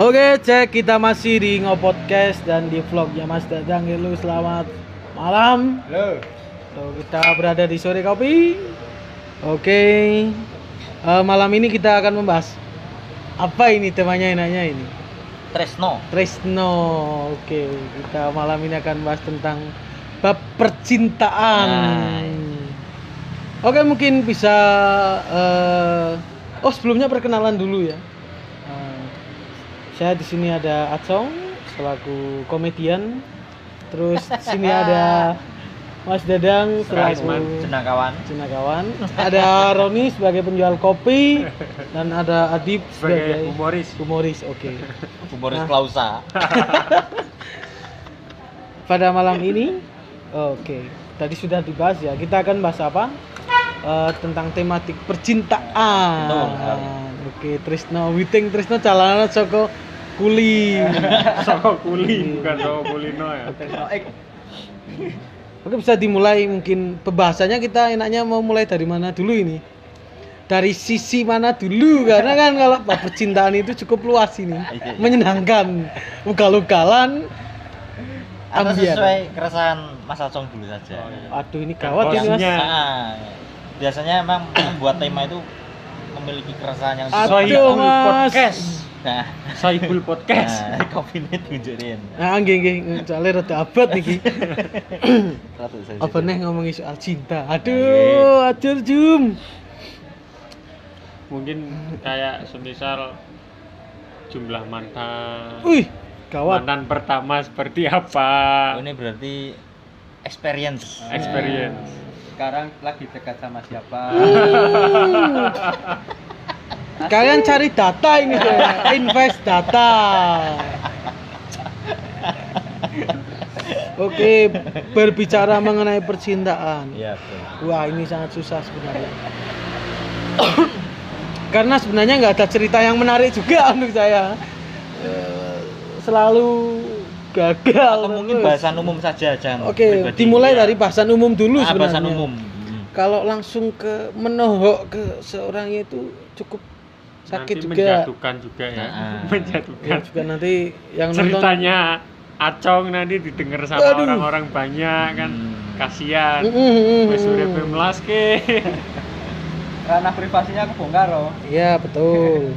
Oke, cek, kita masih di Ngopodcast dan di vlognya Mas Dadang. Halo, selamat malam. Halo. Tuh, kita berada di Sore Kopi. Oke, malam ini kita akan membahas apa ini temanya enaknya ini? Tresno. Oke, kita malam ini akan bahas tentang bab percintaan. Oke, mungkin bisa sebelumnya perkenalan dulu ya. Saya di sini ada Acong selaku komedian. Terus di sini ada Mas Dadang selaku cenakawan. Ada Roni sebagai penjual kopi dan ada Adib sebagai humoris. Oke. Humoris Klausa. Pada malam ini, tadi sudah dibahas ya. Kita akan bahas apa? Tentang tematik percintaan. Oke, Tresno, Witing Tresno calana Soko Kuli. Bukan Soko Kulino ya. Oke, bisa dimulai mungkin pembahasannya. Kita enaknya mau mulai dari mana dulu ini? Dari sisi mana dulu? Karena kan kalau percintaan itu cukup luas ini, menyenangkan, ugal-ugalan. Atau sesuai keresahan Mas Acong dulu saja. Aduh, ini gawat ini Mas. Biasanya emang membuat tema itu memiliki keresahan yang Aduh, Mas. Podcast. Saibul Podcast. Kopi ini tunjukin. Nggih, soalnya rada abad niki. Apa nih ngomongin soal cinta? Aduh, ajar Jum. Mungkin kayak semisal jumlah mantan. Wih, gawat. Mantan pertama seperti apa? Ini berarti experience. Sekarang lagi dekat sama siapa? Kalian cari data ini deh, invest data. Oke, berbicara mengenai percintaan. Iya, betul. Wah, ini sangat susah sebenarnya. Karena sebenarnya nggak ada cerita yang menarik juga untuk saya. Selalu gagal. Atau mungkin bahasan umum saja, jangan. Oke, dimulai dari bahasan umum dulu sebenarnya. Bahasan umum. Kalau langsung ke menohok ke seorang itu cukup sakit nanti juga. Menjatuhkan juga ya. Menjatuhkan. Ya, juga nanti yang ceritanya Acong nanti didengar sama orang-orang banyak kan. Kasihan. Wis uripe melas ke. Ranah privasinya kebongkar loh. Iya, betul.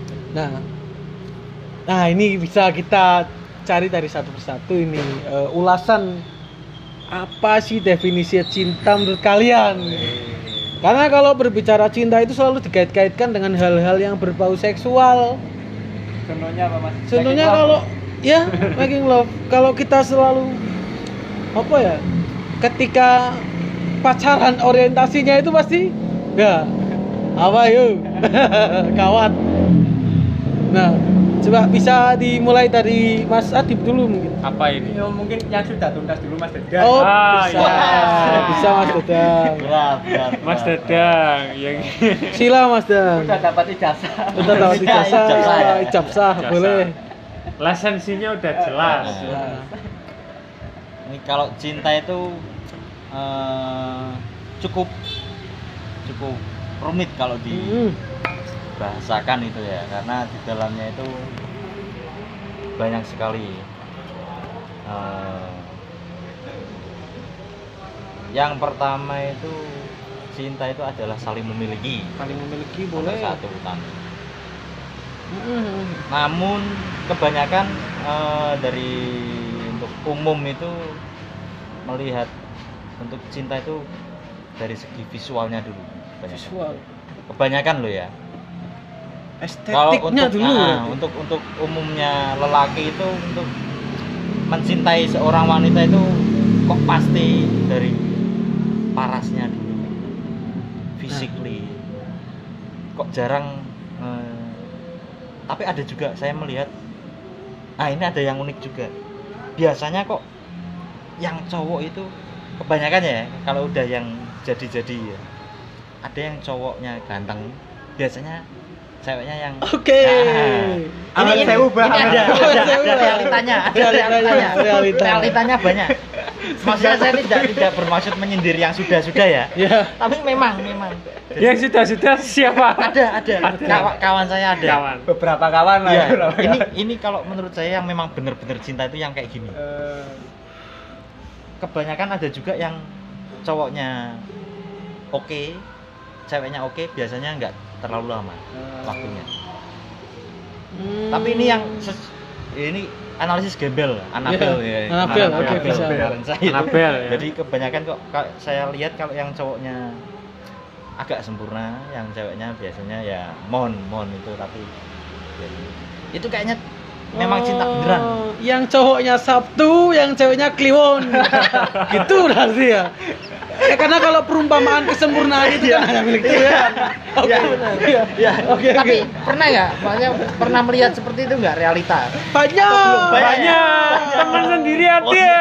Nah, ini bisa kita cari dari satu persatu ini ulasan apa sih definisi cinta menurut kalian? Karena kalau berbicara cinta itu selalu dikait-kaitkan dengan hal-hal yang berbau seksual. Contohnya apa Mas? Contohnya kalau ya making love, kalau kita selalu ketika pacaran orientasinya itu pasti kawan. Nah, coba bisa dimulai dari Mas Adib dulu mungkin. Apa ini? Ya, mungkin yang sudah tuntas dulu Mas Dedang. Oh, iya. Bisa Mas Dadang. Berat. Mas Dadang yang Sila Mas Dadang. Udah dapat ijazah. Ijazah, boleh. lisensinya udah jelas. Ini kalau cinta itu cukup rumit kalau dibahasakan itu ya, karena di dalamnya itu banyak sekali. Yang pertama itu cinta itu adalah saling memiliki. Boleh. Satu utama. Namun kebanyakan dari untuk umum itu melihat untuk cinta itu dari segi visualnya dulu. Visual. Kebanyakan loh ya. Estetiknya dulu. Untuk umumnya lelaki itu untuk mencintai seorang wanita itu kok pasti dari parasnya dulu, physically. Kok jarang. Tapi ada juga saya melihat. Ini ada yang unik juga. Biasanya kok yang cowok itu kebanyakan ya, kalau udah yang jadi ya, ada yang cowoknya ganteng, biasanya ceweknya yang Ini ada realitanya banyak. Maksudnya saya tidak bermaksud menyindir yang sudah-sudah ya. Ya. Tapi memang. Yang sudah siapa? Ada. Kawan saya ada. Kawan. Beberapa kawan lah. Iya. Ya. Ini kalau menurut saya yang memang benar-benar cinta itu yang kayak gini. Kebanyakan ada juga yang cowoknya oke, ceweknya oke, biasanya nggak terlalu lama waktunya. Tapi ini yang ini analisis gembel, Anabel ya. Anabel, oke, bisa. Anabel ya. Jadi kebanyakan kok saya lihat kalau yang cowoknya agak sempurna, yang ceweknya biasanya ya mon itu, tapi itu kayaknya memang cinta beneran. Yang cowoknya Sabtu, yang ceweknya Kliwon. Gitu berarti ya. Karena kalau perumpamaan kesempurnaan itu kan hanya milik Tuhan. Oke. Ya. Oke. Tapi pernah nggak? Maksudnya pernah melihat seperti itu nggak realita? Banyak. Teman sendiri ada.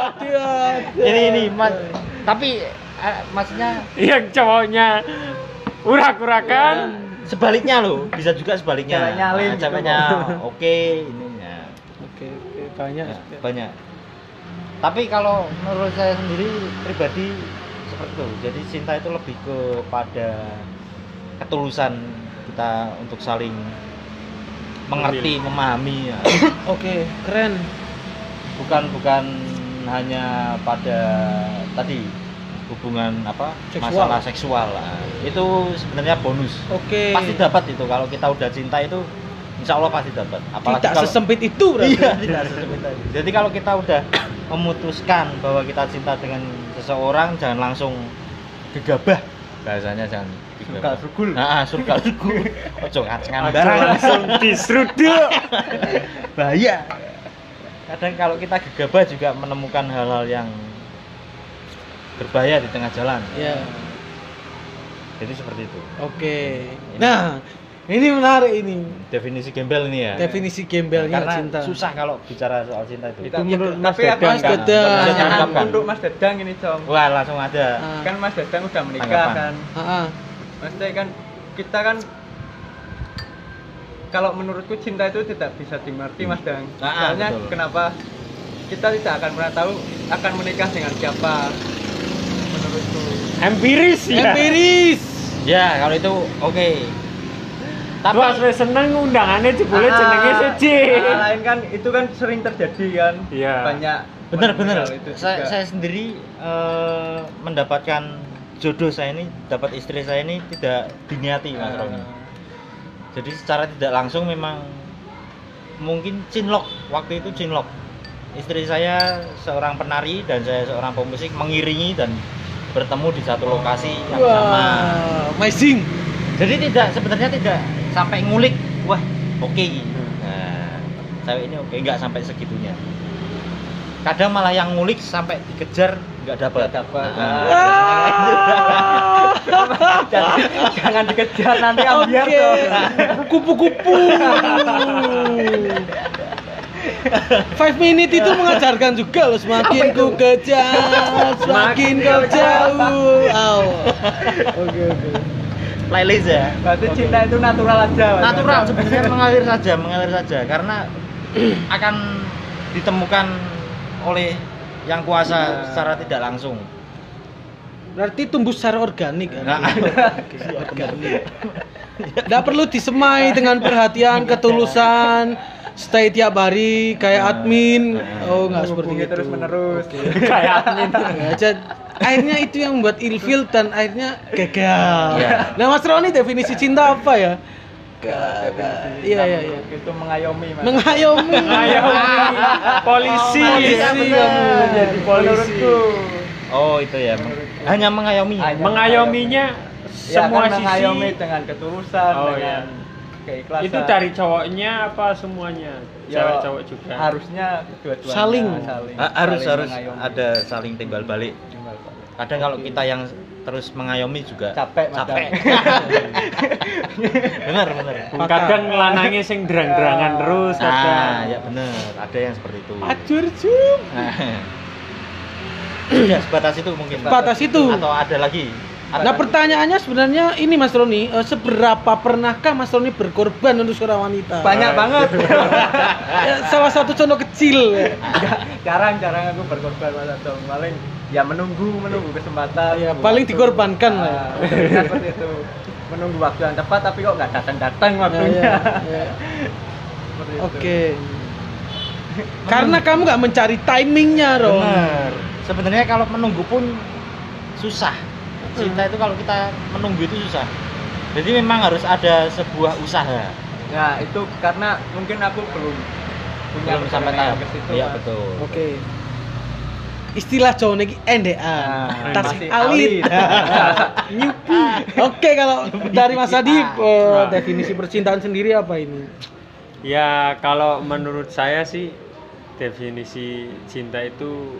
Ini Mas. Tapi maksudnya Yang cowoknya urak-urakan. sebaliknya loh, bisa juga sebaliknya. Ceweknya alim gitu, Ceweknya oke, ininya. Oke, banyak. Banyak. Tapi kalau menurut saya sendiri pribadi seperti itu. Jadi cinta itu lebih kepada ketulusan kita untuk saling mengerti, memahami ya. Oke, keren. Bukan hanya pada tadi hubungan Seksual. masalah seksual lah. Itu sebenarnya bonus. Oke. Pasti dapat itu kalau kita udah cinta itu insya Allah pasti dapat. Apalagi Tidak kalau sesempit itu berarti. Iya, tidak sesempit itu. Jadi kalau kita udah memutuskan bahwa kita cinta dengan seseorang, jangan langsung gegabah. Bahasanya jangan gegabah. Surga-surgul. Surga surgul. Ojo ngacengan Aja barang. langsung diseruduk. Bahaya. Kadang kalau kita gegabah juga menemukan hal-hal yang berbahaya di tengah jalan. Ya. Jadi seperti itu. Oke. Nah, ini menarik ini. Definisi gembel ini ya. Definisi gembelnya Karena cinta. susah kalau bicara soal cinta itu. Kita- Menurut Mas tapi Dadang Mas kan? Dadang. Nggak bisa diungkapkan. Untuk Mas Dadang ini, Cong. Wah, langsung ada. Ah. Kan Mas Dadang udah menikah Tanggapan. kan. Ah. Maksudnya kan kita kan kalau menurutku cinta itu tidak bisa dimengerti Mas Dang. Soalnya betul. kenapa kita tidak akan pernah tahu akan menikah dengan siapa menurutku. Empiris ya. Empiris. Ya, kalau itu oke. Tapi Pas wis seneng undangannya jebule jenenge seje. Lain kan itu kan sering terjadi kan. Iya. Banyak benar. hal itu juga. Saya sendiri mendapatkan jodoh saya ini, dapat istri saya ini tidak diniati Mas Roni. Jadi secara tidak langsung memang mungkin cinlok, waktu itu cinlok. Istri saya seorang penari dan saya seorang pemusik, mengiringi dan bertemu di satu lokasi yang sama. Amazing. Jadi sebenarnya tidak sampai ngulik, wah oke gitu. Nah, cewek ini oke, nggak sampai segitunya. Kadang malah yang ngulik sampai dikejar nggak dapat. Jangan dikejar nanti ambiar Oke. tuh. Kupu-kupu. 5 minute itu mengajarkan juga loh, semakin ku kejar, semakin kau jauh. Au. Oke. Playlist ya. Berarti cinta itu natural aja. Mas. Natural sebenarnya mengalir saja karena akan ditemukan oleh yang kuasa secara tidak langsung. Berarti tumbuh secara organik kan? Nah, Organik. Tidak perlu disemai dengan perhatian, ketulusan, stay tiap hari kayak admin. Oh, nggak seperti Hubungi itu. terus menerus. Kayak admin. Akhirnya itu yang membuat ilfil dan akhirnya gagal. Iya. Nah, Mas Roni definisi cinta apa ya? Iya. Itu mengayomi, Mas. Mengayomi. Polisi. Polisi kamu jadi polisi. Menurutku oh itu ya, hanya mengayomi. Mengayominya semua kan sisi. mengayomi dengan ketulusan, Oh, dengan keikhlasan. Itu dari cowoknya apa semuanya? Ya, Cewek cowok juga. Harusnya dua-duanya Saling. Harus saling mengayomi. ada saling timbal balik. Kadang kalau kita yang terus mengayomi juga Capek, Mas. bener. Kadang lanangnya sing derang-derangan terus Ya bener, ada yang seperti itu. Acur cum. Ya sebatas itu mungkin. Sebatas itu. Atau ada lagi Nah pertanyaannya sebenarnya ini Mas Roni, seberapa pernahkah Mas Roni berkorban untuk seorang wanita? Banyak banget. Salah satu contoh kecil. Jarang aku berkorban Mas Acong. Paling ya menunggu kesempatan. Ya, paling dikorbankan lah. Seperti itu. Menunggu waktu yang tepat tapi kok nggak datang waktunya. Ya. Oke. Karena kamu nggak mencari timingnya, Ron. Benar. Sebenarnya kalau menunggu pun susah. Cinta itu kalau kita menunggu itu susah. Jadi memang harus ada sebuah usaha. Ya itu karena mungkin aku belum sampai tahap ke situ. Iya betul. Oke. Istilah Jawa niki NDA. Tasik alit. Nyupi. Oke, kalau dari Mas Adi definisi percintaan sendiri apa ini? Ya kalau menurut saya sih definisi cinta itu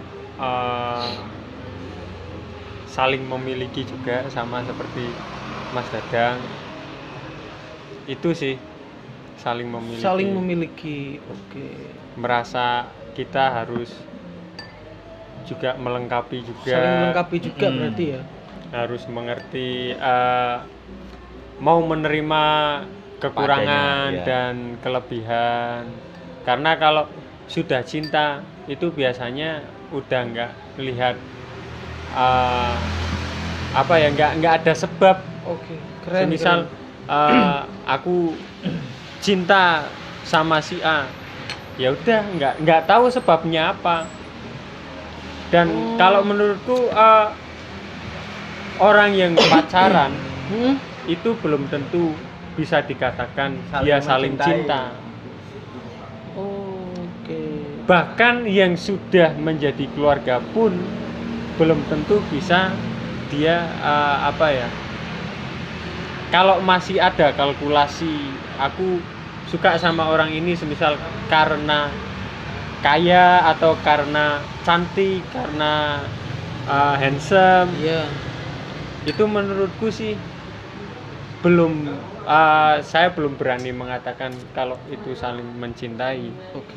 saling memiliki juga, sama seperti Mas Dadang. Itu sih saling memiliki. Oke. Merasa kita harus juga melengkapi juga. Saling melengkapi juga berarti ya. Harus mengerti, mau menerima kekurangan padanya, ya. Dan kelebihan. Karena kalau sudah cinta itu biasanya udah nggak melihat nggak ada sebab. Oke, keren. Misal aku cinta sama si A, ya udah nggak tahu sebabnya apa. Dan kalau menurutku orang yang pacaran itu belum tentu bisa dikatakan dia saling cinta. Oke. Bahkan yang sudah menjadi keluarga pun belum tentu bisa dia kalau masih ada kalkulasi, aku suka sama orang ini semisal karena kaya atau karena cantik, karena handsome. Iya. Itu menurutku sih saya belum berani mengatakan kalau itu saling mencintai. Oke.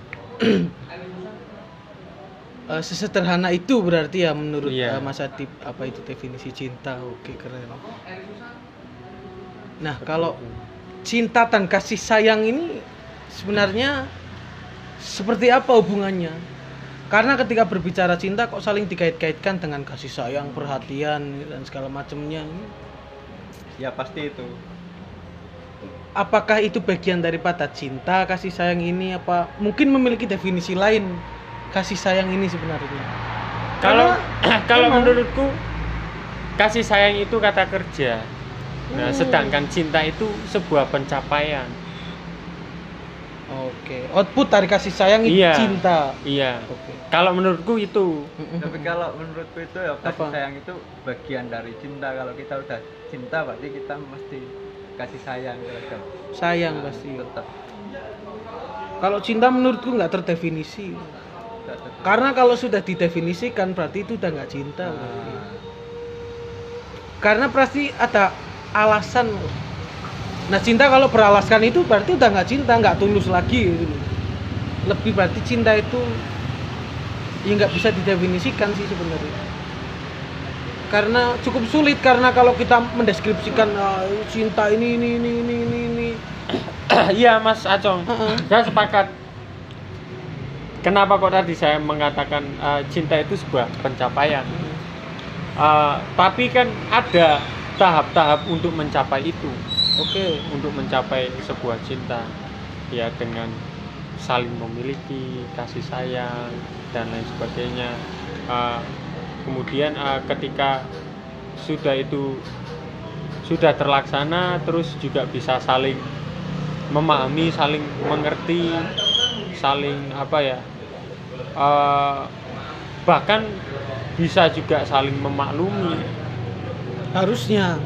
Sesederhana itu berarti ya menurut Mas Adib, apa itu definisi cinta. Oke, keren. Nah, kalau cinta dan kasih sayang ini sebenarnya seperti apa hubungannya? Karena ketika berbicara cinta kok saling dikait-kaitkan dengan kasih sayang, perhatian dan segala macamnya. Ya pasti itu. Apakah itu bagian daripada cinta, kasih sayang ini, apa mungkin memiliki definisi lain kasih sayang ini sebenarnya? Kalau menurutku kasih sayang itu kata kerja. Nah, sedangkan cinta itu sebuah pencapaian. Oke, output dari kasih sayang itu cinta. Iya. Oke. Kalau menurutku itu. Tapi kalau menurutku itu ya kasih sayang itu bagian dari cinta. Kalau kita udah cinta berarti kita mesti kasih sayang terhadap. Sayang pasti. Tetap. Kalau cinta menurutku nggak terdefinisi. Karena kalau sudah didefinisikan berarti itu udah nggak cinta. Karena pasti ada alasan. Nah, cinta kalau beralaskan itu berarti udah nggak cinta, nggak tulus lagi gitu. Lebih berarti cinta itu ya nggak bisa didefinisikan sih sebenarnya. Karena cukup sulit, karena kalau kita mendeskripsikan cinta ini. Iya Mas Acong, saya sepakat. Kenapa kok tadi saya mengatakan cinta itu sebuah pencapaian? Tapi kan ada tahap-tahap untuk mencapai itu. Oke. Untuk mencapai sebuah cinta, ya dengan saling memiliki, kasih sayang dan lain sebagainya. Kemudian ketika sudah terlaksana, terus juga bisa saling memahami, saling mengerti, saling bahkan bisa juga saling memaklumi. Harusnya.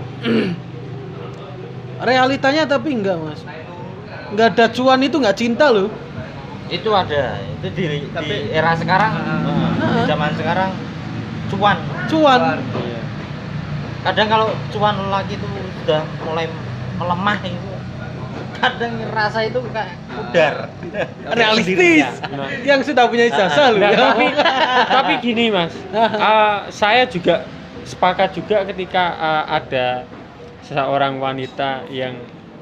Realitanya tapi enggak, Mas. Enggak ada cuan itu enggak cinta loh. Itu ada, itu di era sekarang, di zaman sekarang cuan. Iya. Kadang kalau cuan lagi itu sudah mulai melemah itu, kadang rasa itu kayak pudar. Realistis. Yang sudah punya ijazah loh. Tapi gini Mas, saya juga sepakat juga ketika ada seorang wanita yang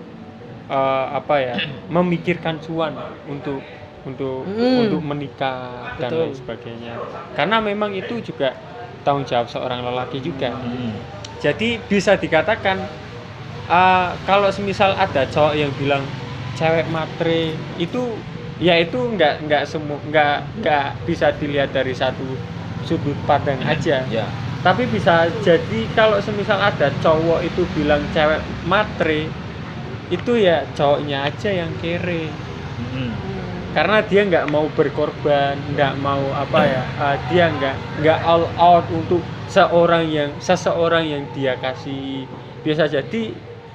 memikirkan cuan untuk menikah dan lain sebagainya. Karena memang itu juga tanggung jawab seorang lelaki juga. Jadi bisa dikatakan kalau semisal ada cowok yang bilang cewek matre itu nggak bisa dilihat dari satu sudut pandang aja. Tapi bisa jadi kalau semisal ada cowok itu bilang cewek matre, itu ya cowoknya aja yang kere. Karena dia nggak mau berkorban, nggak mau dia nggak all out untuk seseorang yang dia kasih. Bisa jadi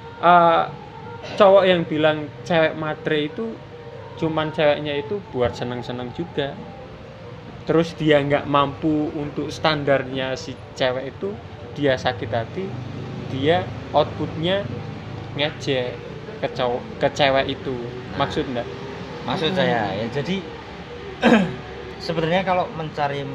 cowok yang bilang cewek matre itu cuman ceweknya itu buat seneng-seneng juga. Terus dia nggak mampu untuk standarnya si cewek itu, dia sakit hati, dia outputnya ngejek ke cewek itu. Maksud saya ya, jadi sebenarnya kalau mencari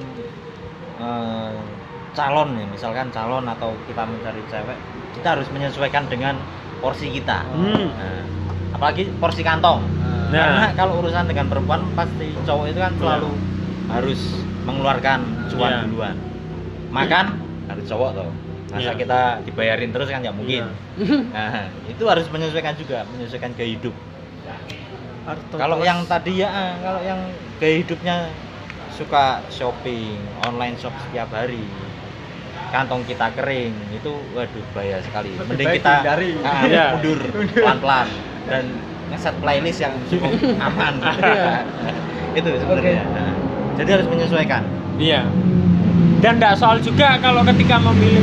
calon ya, misalkan calon atau kita mencari cewek, kita harus menyesuaikan dengan porsi kita. Apalagi porsi kantong. Karena kalau urusan dengan perempuan pasti cowok itu kan selalu harus mengeluarkan cuan duluan. Makan harus cowok toh. Masa kita dibayarin terus kan nggak mungkin. Nah, itu harus menyesuaikan gaya hidup. Kalau yang tadi kalau yang gaya hidupnya suka shopping, online shop setiap hari, kantong kita kering, itu waduh bahaya sekali. Mending kita mundur pelan-pelan dan ngeset playlist yang cukup aman. Itu sebenarnya. Jadi harus menyesuaikan. Iya. Dan enggak soal juga kalau ketika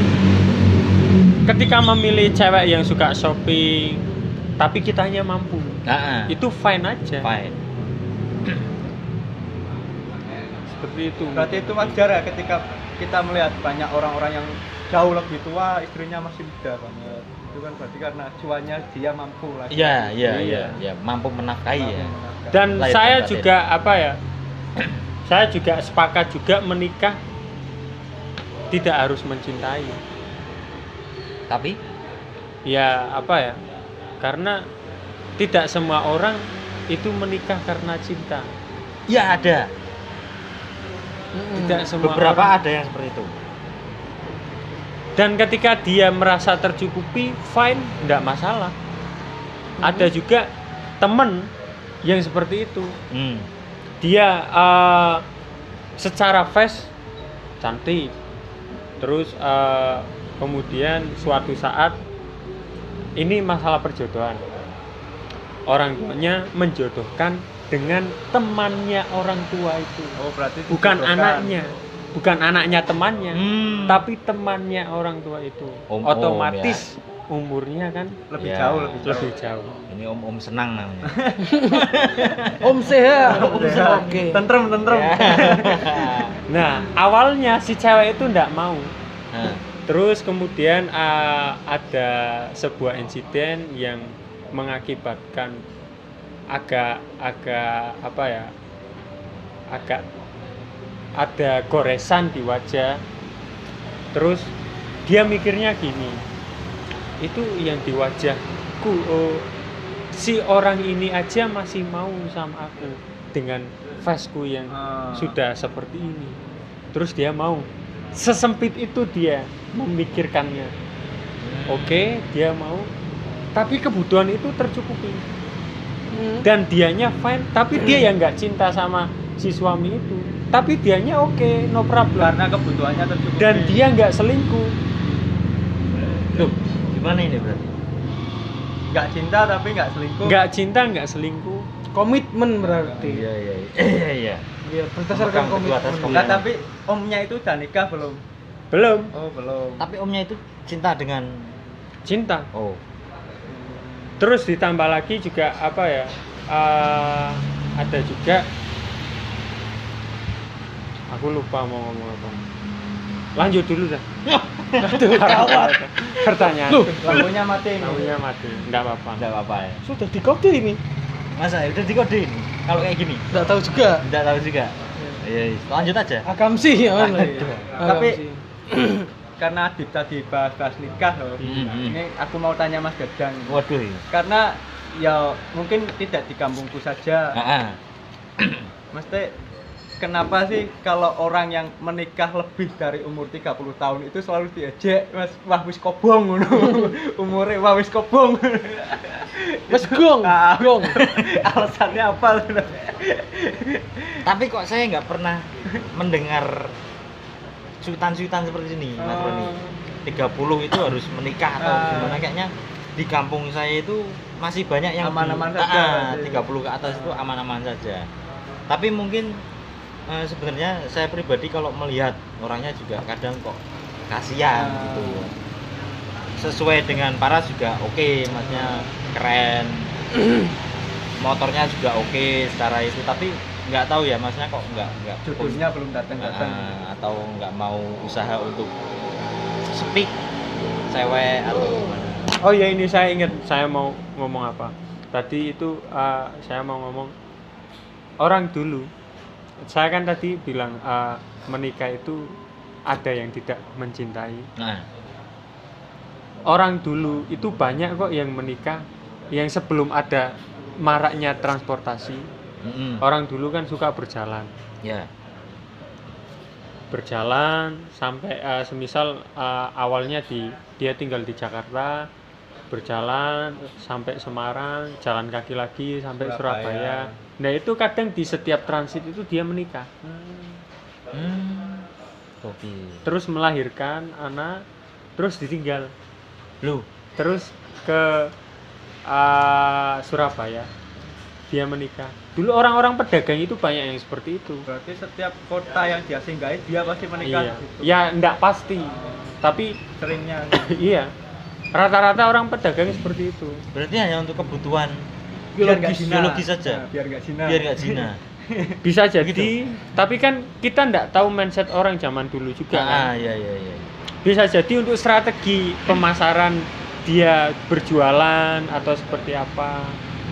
memilih cewek yang suka shopping tapi kitanya mampu. Itu fine aja. Fine. Seperti itu. Berarti itu wajar ya ketika kita melihat banyak orang-orang yang jauh lebih tua, istrinya masih muda banget. Itu kan berarti karena cuannya dia mampu lah. Iya, mampu menafkahi ya. Dan saya juga saya juga sepakat juga menikah tidak harus mencintai. Tapi karena tidak semua orang itu menikah karena cinta. Ya ada. Tidak semua beberapa orang. Ada yang seperti itu. Dan ketika dia merasa tercukupi, fine, enggak masalah. Ada juga teman yang seperti itu. Dia secara face cantik, terus kemudian suatu saat ini masalah perjodohan, orang tuanya menjodohkan dengan temannya orang tua itu. Berarti bukan anaknya temannya, tapi temannya orang tua itu. Otomatis umurnya kan lebih jauh. Ini om senang namanya. Om sehat. Oke. Tentrem. Nah, awalnya si cewek itu enggak mau. Terus kemudian ada sebuah insiden yang mengakibatkan agak ada goresan di wajah. Terus dia mikirnya gini, itu yang di wajahku, si orang ini aja masih mau sama aku dengan face-ku yang sudah seperti ini. Terus dia mau, sesempit itu dia memikirkannya. Oke, dia mau, tapi kebutuhan itu tercukupi. Dan dianya fine, tapi dia yang nggak cinta sama si suami itu. Tapi dianya oke, no problem. Karena kebutuhannya tercukupi. Dan dia nggak selingkuh. Loh, gimana ini berarti? Nggak cinta tapi nggak selingkuh. Nggak cinta, nggak selingkuh. Komitmen berarti. Iya. Dia berdasarkan komitmen. Enggak, tapi omnya itu udah nikah belum? Belum. Oh, belum. Tapi omnya itu cinta dengan cinta. Oh. Terus ditambah lagi juga ada juga, aku lupa mau ngomong apa. Lanjut dulu dah. Aduh, kawat. Pertanyaan. Lampunya mati. Enggak apa-apa Ya. Sudah dikode ini. Masa udah dikodein kalau kayak gini? Enggak tahu juga. Iya. Lanjut aja. Akam sih ya. Tapi karena Adib tadi bahas nikah loh. Ini aku mau tanya Mas Dadang. Waduh. Karena ya mungkin tidak di kampungku saja. Mesti kenapa sih kalau orang yang menikah lebih dari umur 30 tahun itu selalu diajak, Mas, wah wis kobong ngono. Umure wah wis kobong. Wis gong. Alasannya apa? Tapi kok saya nggak pernah mendengar cuitan-cuitan seperti ini, Mas Roni. 30 itu harus menikah atau gimana, kayaknya di kampung saya itu masih banyak yang aman-aman saja. 30 ke atas itu aman-aman saja. Tapi mungkin sebenarnya saya pribadi kalau melihat orangnya juga kadang kok kasihan gitu. Sesuai dengan paras juga oke, maksudnya keren. Motornya juga oke secara itu, tapi nggak tahu ya maksudnya kok nggak jodohnya belum datang atau nggak mau usaha untuk speak cewek atau gimana. Oh ya, ini saya ingat saya mau ngomong apa tadi itu. Saya mau ngomong orang dulu, saya kan tadi bilang menikah itu ada yang tidak mencintai. Orang dulu itu banyak kok yang menikah yang sebelum ada maraknya transportasi. Orang dulu kan suka berjalan. Berjalan sampai semisal awalnya dia tinggal di Jakarta, berjalan sampai Semarang, jalan kaki lagi sampai Surabaya. Nah itu kadang di setiap transit itu dia menikah. Terus melahirkan anak, terus ditinggal. Terus ke Surabaya, dia menikah. Dulu orang-orang pedagang itu banyak yang seperti itu. Berarti setiap kota yang dia singgahi dia pasti menikah. Ya enggak pasti, tapi seringnya. Iya, rata-rata orang pedagang seperti itu. Berarti hanya untuk kebutuhan biologis saja. Biar nggak zina. Bisa jadi, gitu. Tapi kan kita enggak tahu mindset orang zaman dulu juga. Iya. Bisa jadi untuk strategi pemasaran dia berjualan atau seperti apa.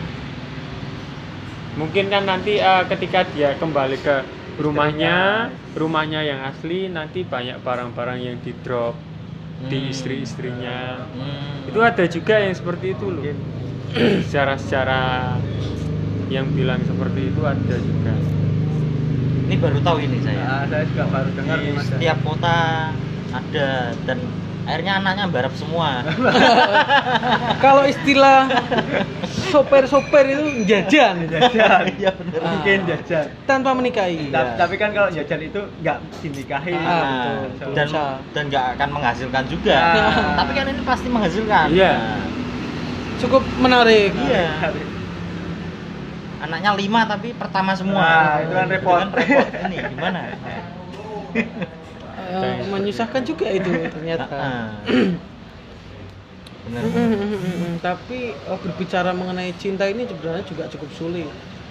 Mungkin kan nanti ketika dia kembali ke rumahnya yang asli, nanti banyak barang-barang yang di drop di istri-istrinya. Itu ada juga yang seperti itu loh. Secara yang bilang seperti itu ada juga. Ini baru tahu ini saya. Saya juga baru dengar di setiap kota ada, dan akhirnya anaknya barap semua. Kalau istilah sopir itu jajan. Iya benar. Mungkin jajan tanpa menikahi. Tapi kan kalau jajan itu nggak dinikahi. Betul. Dan nggak akan menghasilkan juga. Tapi kan ini pasti menghasilkan. Iya. Cukup menarik. Iya. Anaknya 5 tapi pertama semua. Itu kan repot. Ini gimana? Menyusahkan juga itu ternyata. Benar. Tapi berbicara mengenai cinta ini sebenarnya juga cukup sulit.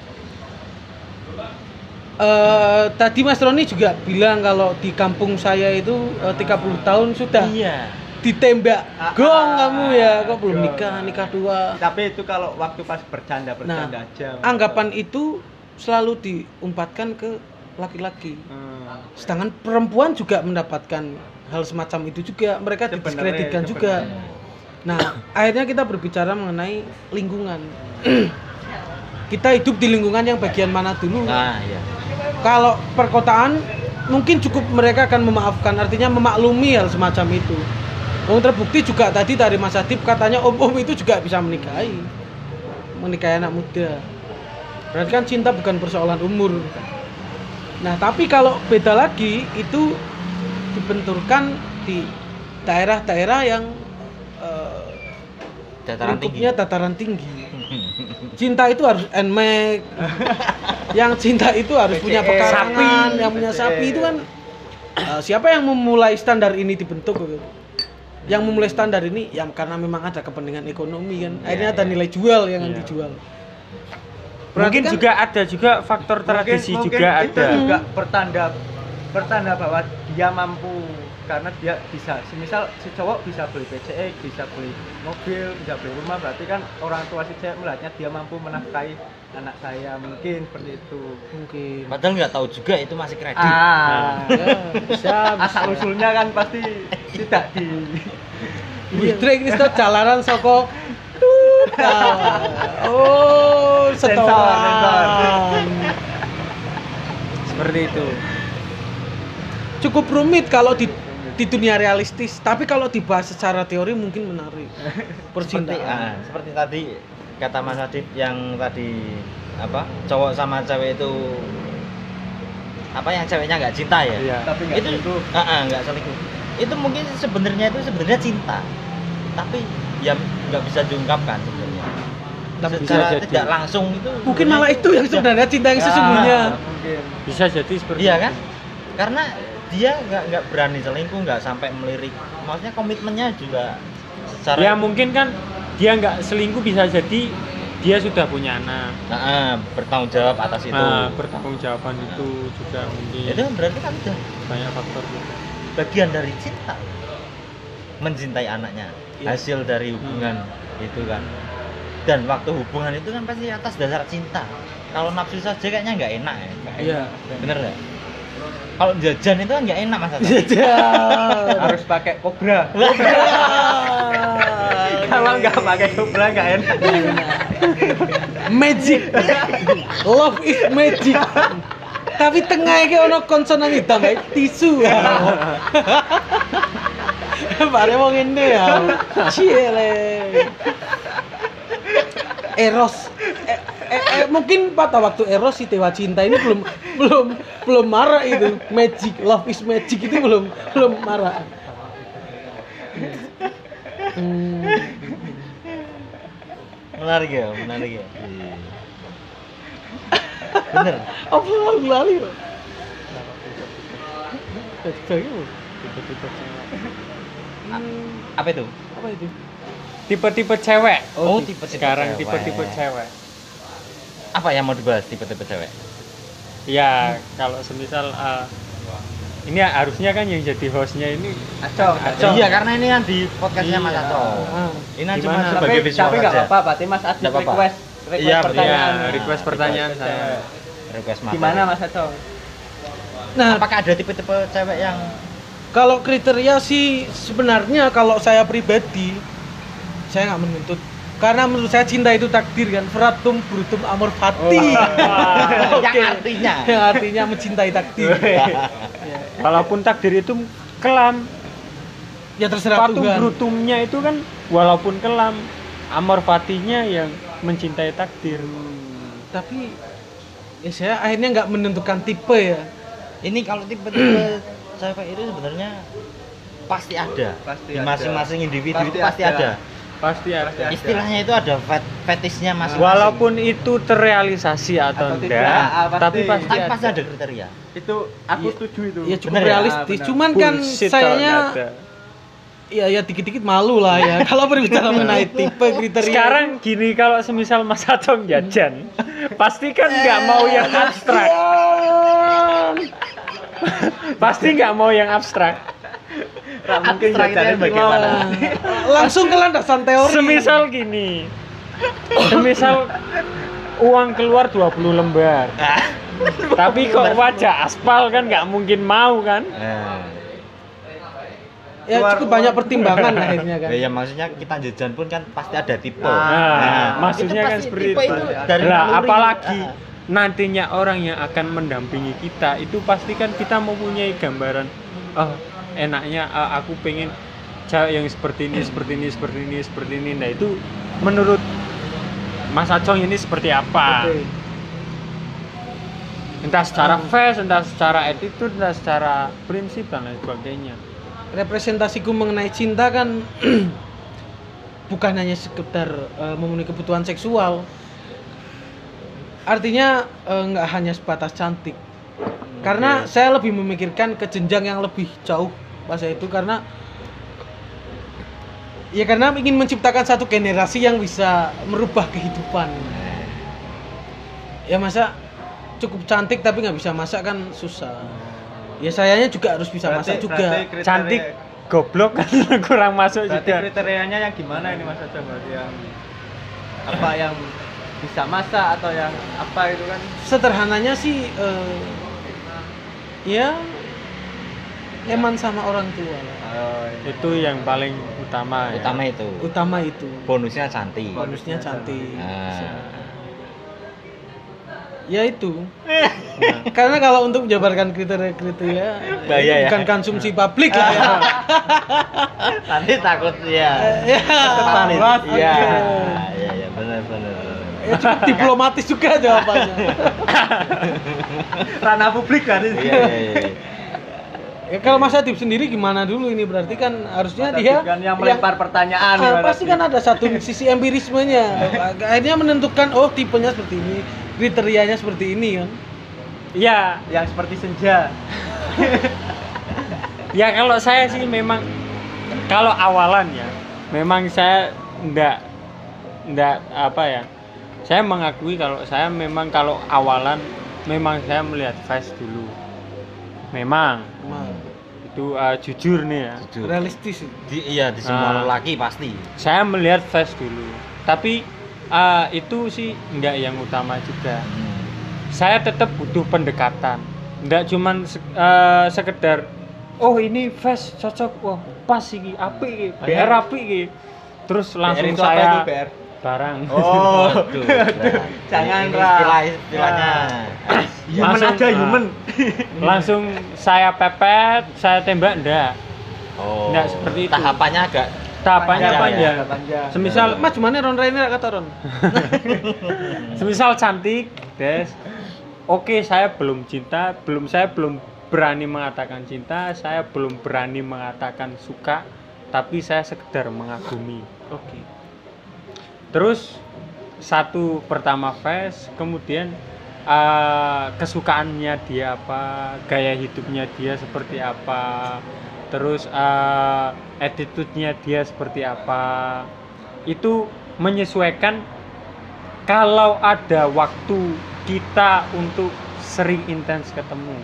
Tadi Mas Roni juga bilang kalau di kampung saya itu 30 tahun sudah ditembak. Gong kamu ya, kok belum nikah tua. Tapi itu kalau waktu pas bercanda aja. Anggapan itu selalu diumpatkan ke laki-laki. Sedangkan perempuan juga mendapatkan hal semacam itu juga, mereka didiskreditkan juga. Nah, akhirnya kita berbicara mengenai lingkungan. Kita hidup di lingkungan yang bagian mana dulu? Kalau perkotaan mungkin cukup mereka akan memaafkan, artinya memaklumi hal semacam itu. Terbukti juga tadi dari Mas Adib katanya om-om itu juga bisa menikahi anak muda. Berarti kan cinta bukan persoalan umur. Nah, tapi kalau beda lagi itu dibenturkan di daerah-daerah yang dataran tinggi. Cinta itu harus NMAX. Yang cinta itu harus punya pekarangan, yang punya sapi itu kan siapa yang memulai standar ini dibentuk gitu. Yang memulai standar ini yang karena memang ada kepentingan ekonomi kan. Akhirnya ada nilai jual yang dijual. Mungkin kan, juga ada faktor tradisi mungkin juga ada. Juga pertanda bahwa dia mampu karena dia bisa, semisal si cowok bisa beli PCX, bisa beli mobil, bisa beli rumah, berarti kan orang tua si cewek melihatnya dia mampu menafkahi anak saya, mungkin seperti itu. Mungkin. Padahal nggak tahu juga itu masih kredit. Bisa. Asal usulnya kan pasti tidak di Witri ini jalanan soko. Oh, setoran. Seperti itu. Cukup rumit kalau di dunia realistis, tapi kalau dibahas secara teori mungkin menarik. Percintaan. Seperti tadi kata Mas Adib yang tadi apa cowok sama cewek itu apa yang ceweknya nggak cinta ya? Iya. tapi nggak Itu selingkuh. nggak selingkuh. Itu mungkin sebenarnya cinta, tapi ya nggak bisa diungkapkan sebenarnya. Tapi Secara bisa jadi. tidak langsung itu Mungkin malah itu yang sebenarnya cinta yang sesungguhnya. Mungkin. Bisa jadi seperti Iya itu. kan? Karena dia nggak berani selingkuh, nggak sampai melirik. Maksudnya komitmennya juga secara Ya mungkin kan dia nggak selingkuh, bisa jadi dia sudah punya anak. bertanggung jawab atas itu. Nah, pertanggungjawaban itu juga mungkin Itu berarti kan udah banyak faktor juga. bagian dari cinta, mencintai anaknya, Iya. hasil dari hubungan itu kan. Dan waktu hubungan itu kan pasti atas dasar cinta. Kalau nafsu saja kayaknya nggak enak ya. Iya. Bener ya? Kalau jajan itu kan nggak enak Mas Hasan. Jajan. Harus pakai kobra. Kalau nggak pakai kobra nggak enak. Magic. Love is magic. Tapi tengahnya kayak ono konsonan hitam kayak tisu. Bare wong ngene ya. Ciele. Eros. Mungkin pada waktu Eros si Dewa Cinta ini belum marah itu. Magic, love is magic itu belum marah. Menarik ya. Bener. Apa lali? Apa itu? Apa itu? Tipe-tipe cewek. Oh, tipe-tipe Sekarang cewek. tipe-tipe cewek. Apa yang mau dibahas tipe-tipe cewek? Ya, kalau semisal ini harusnya kan yang jadi hostnya ini Acong. Iya, karena ini kan di podcastnya Mas Iya. Aco. Ini kan cuma Gimana? sebagai visual Tapi nggak aja. apa-apa, berarti Mas Adib Nggak apa-apa. request Iya, pertanyaan. ya, request pertanyaan saya. Request materi. Gimana Mas Acong? Nah, Apakah ada tipe-tipe cewek yang kalau kriteria sih sebenarnya kalau saya pribadi saya nggak menuntut, karena menurut saya cinta itu takdir kan, fratum brutum amor fati. yang artinya mencintai takdir. Walaupun takdir itu kelam, Ya terserah fatum Tuhan. brutumnya itu kan walaupun kelam, amor fatinya yang mencintai takdir. Tapi ya saya akhirnya nggak menentukan tipe ya. ini kalau tipe-tipe cewek itu sebenarnya pasti ada. Pasti Di ada. masing-masing individu Pasti itu pasti ada. ada. Pasti ada. Pasti ada. Istilahnya itu ada fetisnya masing-masing. Walaupun itu terrealisasi atau Atau enggak, tidak, tapi pasti. pasti tapi ada. pasti ada kriteria. Itu aku setuju itu. Ya cukup Bener ya? realistis. Benar. Cuman kan Bullshit kalau sayanya nggak ada. ya dikit-dikit malu lah ya kalau berbicara mengenai tipe kriteria. Sekarang gini, kalau semisal Mas Atong jajan, pasti kan nggak mau yang abstrak. Pasti nggak mau yang abstrak. Nggak mungkin Abstrak itu jajan bagaimana? Langsung ke landasan teori. Semisal gini, semisal uang keluar 20 lembar, tapi kok wajah aspal kan nggak mungkin mau kan? ya cukup banyak pertimbangan akhirnya kan. Ya maksudnya kita jajan pun kan pasti ada tipe. Nah, maksudnya itu kan pasti seperti tipe itu. dari Lah, naluri. apalagi nantinya orang yang akan mendampingi kita itu pasti kan kita mempunyai gambaran, oh enaknya aku pengen cewek yang seperti ini, seperti ini, seperti ini, seperti ini. Nah itu menurut Mas Acong ini seperti apa? Oke. Entah secara face, entah secara attitude, entah secara prinsip dan lain sebagainya. Representasiku mengenai cinta kan bukan hanya sekedar memenuhi kebutuhan seksual. Artinya nggak hanya sebatas cantik. Karena saya lebih memikirkan ke jenjang yang lebih jauh masa itu, karena ingin menciptakan satu generasi yang bisa merubah kehidupan. Ya masa cukup cantik tapi nggak bisa masak kan susah. Ya sayanya juga harus bisa masak juga. Cantik, goblok kan kurang masuk berarti juga. kriterianya yang gimana ini Mas Adam? Berarti yang apa yang bisa masak atau yang apa itu kan? Sederhananya sih ya eman sama orang tua lah. Itu yang paling utama ya. Utama itu. Bonusnya cantik. Ya itu. Karena kalau untuk menjabarkan kriteria bahaya bukan ya. konsumsi publik lah ya. Nanti takut ya. Iya. Iya, benar. Ya cukup diplomatis juga jawabannya. Ranah publik kan itu. Iya. Ya, kalau Mas Adib sendiri gimana dulu ini berarti kan harusnya Mas dia Adib kan yang melempar pertanyaan pasti kan ada satu sisi empirismenya. Akhirnya menentukan tipenya seperti ini, kriterianya seperti ini kan. Iya, yang seperti senja. Ya kalau saya sih memang kalau awalan ya, memang saya enggak apa ya. Saya mengakui kalau saya memang kalau awalan memang saya melihat face dulu. Memang itu jujur nih ya. Jujur. Realistis. Di semua lelaki pasti. Saya melihat face dulu. Tapi itu sih enggak yang utama juga. Saya tetap butuh pendekatan. Enggak cuman sekedar ini face cocok, wah pas iki, apik iki, BR apik iki. Terus langsung saya barang. Jangan istilahnya. Human aja human. Langsung saya pepet, saya tembak enggak. Enggak seperti itu. Tahapannya panjang. Semisal Mas gimana Ron Rainer kata Ron? Semisal cantik, Des. Oke, saya belum berani mengatakan cinta, saya belum berani mengatakan suka, tapi saya sekedar mengagumi. Oke. Terus satu pertama face, kemudian kesukaannya dia apa, gaya hidupnya dia seperti apa, terus attitude-nya dia seperti apa. Itu menyesuaikan kalau ada waktu kita untuk sering intens ketemu.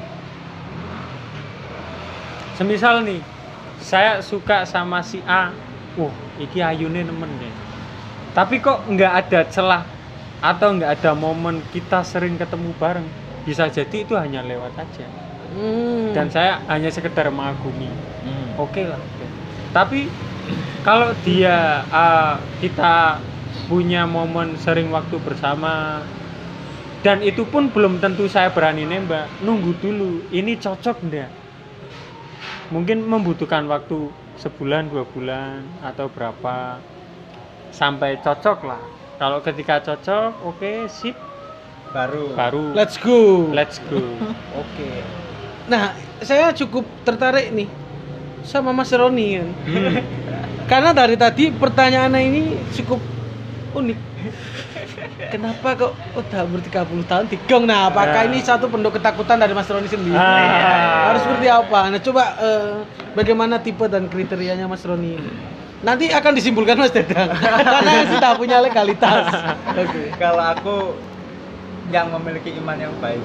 Semisal nih, saya suka sama si A, iki ayune nemen deh. Tapi kok nggak ada celah atau nggak ada momen kita sering ketemu bareng, bisa jadi itu hanya lewat aja. Dan saya hanya sekedar mengagumi. Oke lah. Tapi kalau dia kita punya momen sering waktu bersama, dan itu pun belum tentu saya berani nembak, nunggu dulu ini cocok enggak. Mungkin membutuhkan waktu sebulan, 2 bulan atau berapa sampai cocok lah. Kalau ketika cocok, oke, sip, baru let's go. Oke. Nah, saya cukup tertarik nih sama Mas Roni kan. Karena dari tadi pertanyaannya ini cukup unik. Kenapa kok udah umur 30 tahun digong? Nah, apakah ini satu bentuk ketakutan dari Mas Roni sendiri? Harus seperti apa? Nah, coba bagaimana tipe dan kriterianya Mas Roni ini? Nanti akan disimpulkan Mas Dedang. Karena sudah punya legalitas. Oke. Kalau aku yang memiliki iman yang baik.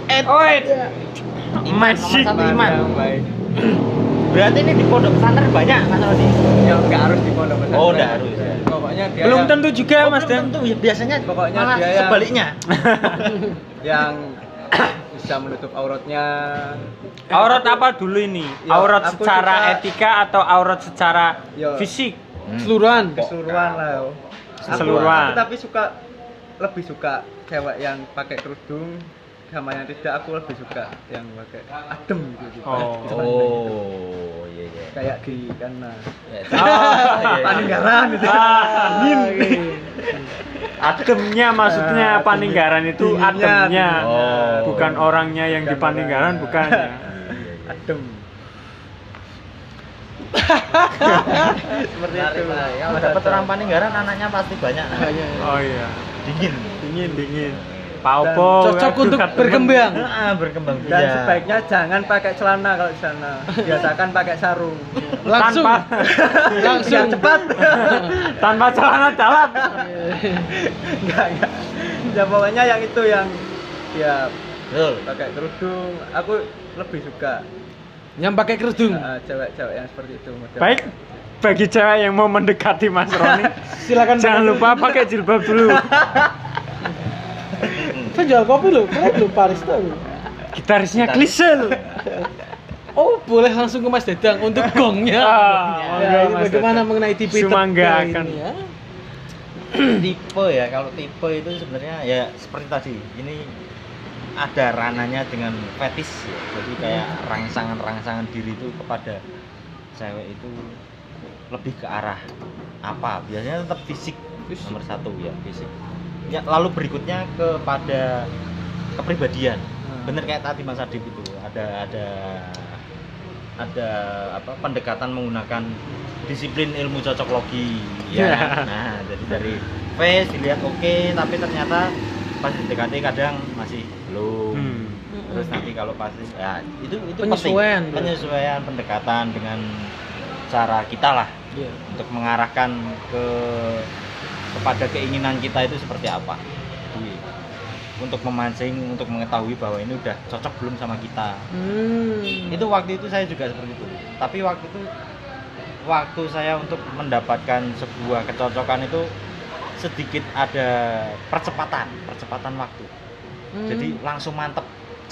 Masih iman yang baik. Berarti ini di pondok pesantren banyak Mas Rodi? Ya enggak harus di pondok pesantren. Enggak harus. Pokoknya dia belum tentu juga Mas belum Dan. tentu ya, biasanya pokoknya malah dia sebaliknya. Yang bisa menutup auratnya. Aurat apa dulu ini? Ya, Aurat aku secara suka- etika atau aurat secara fisik? Keseluruhan. Keseluruhan lah. Keseluruhan. Aku tapi lebih suka cewek yang pakai kerudung sama yang tidak. Aku lebih suka yang pakai adem gitu. Iya. Kayak di kana. Paninggaran itu. Ademnya maksudnya Paninggaran itu dinginnya, ademnya. Oh. Bukan orangnya yang di Paninggaran, bukan ya. Adem. Seperti itu. Kalau dapat orang Paninggaran anaknya pasti banyak. Oh iya. Dingin. Paupo Cocok untuk berkembang. Berkembang biak. Dan sebaiknya jangan pakai celana kalau di sana. Biasakan pakai sarung. Langsung Biar cepat. Tanpa celana dalam. Enggak. Ya pokoknya yang itu yang ya Betul. pakai kerudung. Aku lebih suka. Yang pakai kerudung. Cewek-cewek yang seperti itu model. Baik, bagi cewek yang mau mendekati Mas Roni, Silakan jangan lupa pakai jilbab dulu. Penjual kopi lo, keren lo Paris tuh. Gitarisnya klise loh. Oh, boleh langsung ke Mas Dedang untuk gongnya. Monggo, Mas Bagaimana Dedang. mengenai tipe Sumangga ini akan. ya? Tipe ya, kalau tipe itu sebenarnya ya seperti tadi, ini ada ranahnya dengan fetis ya. Jadi kayak rangsangan diri itu kepada cewek itu lebih ke arah apa? Biasanya tetap fisik nomor satu ya, fisik. Ya, lalu berikutnya kepada kepribadian. Bener kayak tadi Mas Adib itu, ada apa pendekatan menggunakan disiplin ilmu cocoklogi ya. Nah, jadi dari face dilihat oke, tapi ternyata pas didekati kadang masih belum. Terus nanti kalau pasti ya itu penyesuaian pendekatan dengan cara kita lah. Iya. Untuk mengarahkan kepada keinginan kita itu seperti apa. Jadi, untuk memancing, untuk mengetahui bahwa ini udah cocok belum sama kita. Itu waktu itu saya juga seperti itu. Tapi waktu saya untuk mendapatkan sebuah kecocokan itu sedikit ada percepatan waktu. Jadi langsung mantep,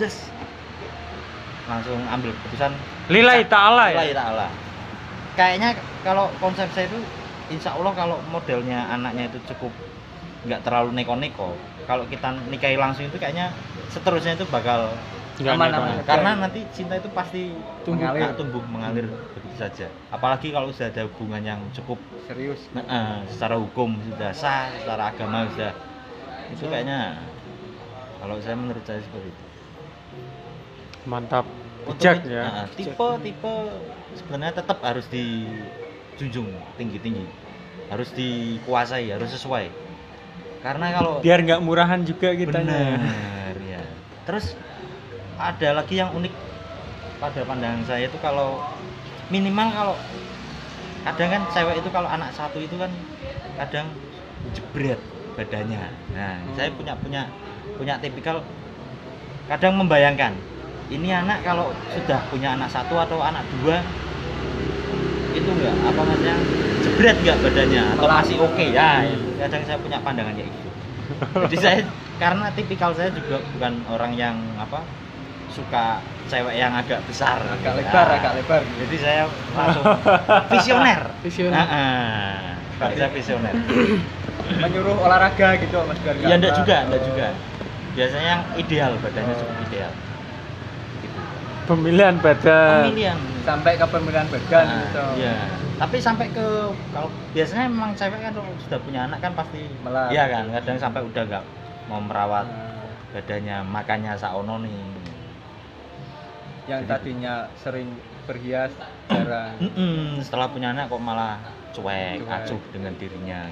langsung ambil keputusan. Lillahi ta'ala ya. Lillahi ta'ala. Kayaknya kalau konsep saya itu, insya Allah kalau modelnya anaknya itu cukup nggak terlalu neko-neko, kalau kita nikahi langsung itu kayaknya seterusnya itu bakal Aman. karena nanti cinta itu pasti tumbuh mengalir begitu saja. Apalagi kalau sudah ada hubungan yang cukup serius. Secara hukum sudah sah, secara agama sudah itu kayaknya kalau saya menurut saya seperti itu. Mantap. Untuk Bijak ya. Tipe sebenarnya tetap harus dijunjung tinggi, harus dikuasai, harus sesuai. Karena kalau biar nggak murahan juga kitanya. Benar ya. Terus ada lagi yang unik pada pandangan saya itu, kalau minimal kalau kadang kan cewek itu kalau anak satu itu kan kadang jebret badannya. Nah, saya punya tipikal kadang membayangkan ini anak kalau sudah punya anak satu atau anak dua itu enggak apa maksudnya jebret enggak badannya atau masih oke ya. Kadang saya punya pandangan kayak gitu. Jadi saya karena tipikal saya juga bukan orang yang apa suka cewek yang agak besar, agak lebar. Jadi saya langsung visioner. Saya visioner. Menyuruh olahraga gitu Mas Gar. Ya enggak juga. Biasanya yang ideal, badannya cukup ideal. Pemilihan badan. Sampai ke pemilihan badan gitu. Iya. Tapi sampai ke kalau biasanya memang cewek kan kalau sudah punya anak kan pasti Melar. Iya kan, kadang sampai udah enggak mau merawat badannya, makannya saono nih. Yang tadinya sering berhias jarang. Setelah punya anak kok malah cuek, acuh dengan dirinya.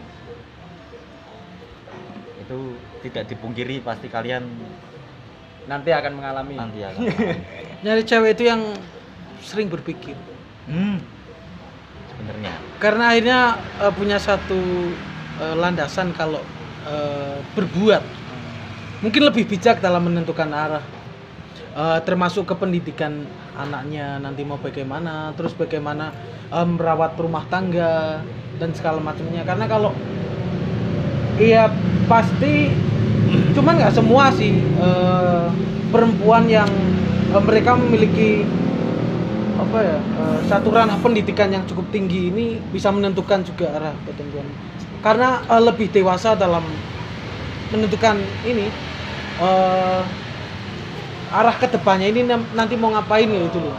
Itu tidak dipungkiri pasti kalian nanti akan mengalami. Nyari cewek itu yang sering berpikir. Sebenarnya. Karena akhirnya punya satu landasan kalau berbuat. Mungkin lebih bijak dalam menentukan arah. Termasuk ke pendidikan anaknya nanti mau bagaimana, terus bagaimana merawat rumah tangga dan segala macamnya. Karena kalau iya pasti cuman nggak semua sih perempuan yang mereka memiliki apa ya satu ranah pendidikan yang cukup tinggi ini bisa menentukan juga arah pertumbuhan karena lebih dewasa dalam menentukan ini arah kedepannya ini nanti mau ngapain ya itu loh.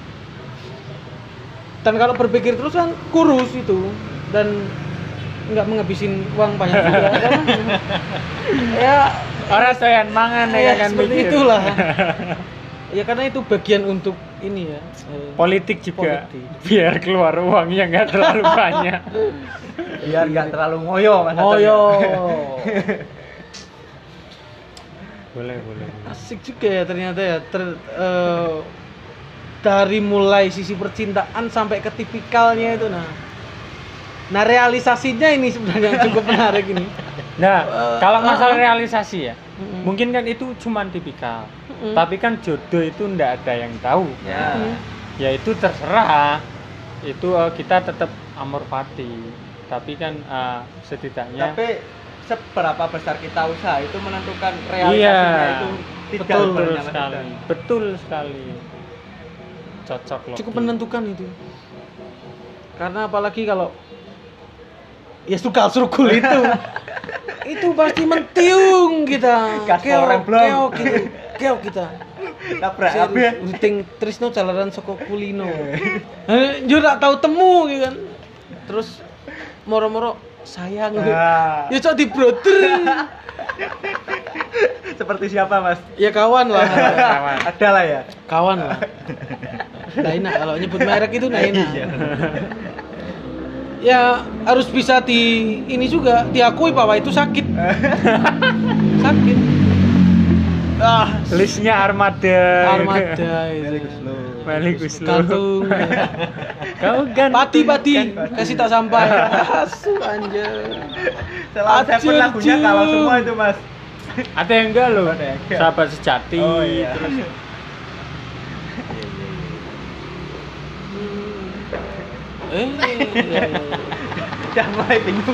Dan kalau berpikir terus kan kurus itu dan nggak menghabisin uang banyak juga kan? Ya orang doyan mangan ya kan seperti mikir. Itulah ya karena itu bagian untuk ini ya politik juga biar keluar uangnya nggak terlalu banyak biar nggak terlalu ngoyo Mas. boleh asik juga ya ternyata ya dari mulai sisi percintaan sampai ke tipikalnya itu nah realisasinya ini sebenarnya yang cukup menarik ini. Nah, kalau masalah realisasi ya, mungkin kan itu cuman tipikal. Tapi kan jodoh itu ndak ada yang tahu. Ya itu terserah. Itu kita tetap amor fati. Tapi kan setidaknya. Tapi seberapa besar kita usaha itu menentukan realisasinya itu tidak betul sekali. Cocok loh. Cukup menentukan itu. Karena apalagi kalau ya sukal-sukul itu pasti mentiung kita. Keok kita. Tabrak habis. Uting Trisno jalaran saka kulino. Yo ora tau temu gitu kan. Terus moro-moro sayang. Ya cok di brother. Seperti siapa, Mas? Ya kawan lah. Ada lah ya. Kawan lah. Nah enak kalau nyebut merek itu nah enak. Ya harus bisa ini juga diakui bahwa itu sakit. Sakit. Listnya armada itu. Melikus lo. Kantung. Kau kan Pati kasih tak sampai. Asu anjir. Selalu saya pun lagunya kalau semua itu, Mas. Ada yang enggak loh. Sahabat sejati. Oh, iya. Terus Jangan bingung.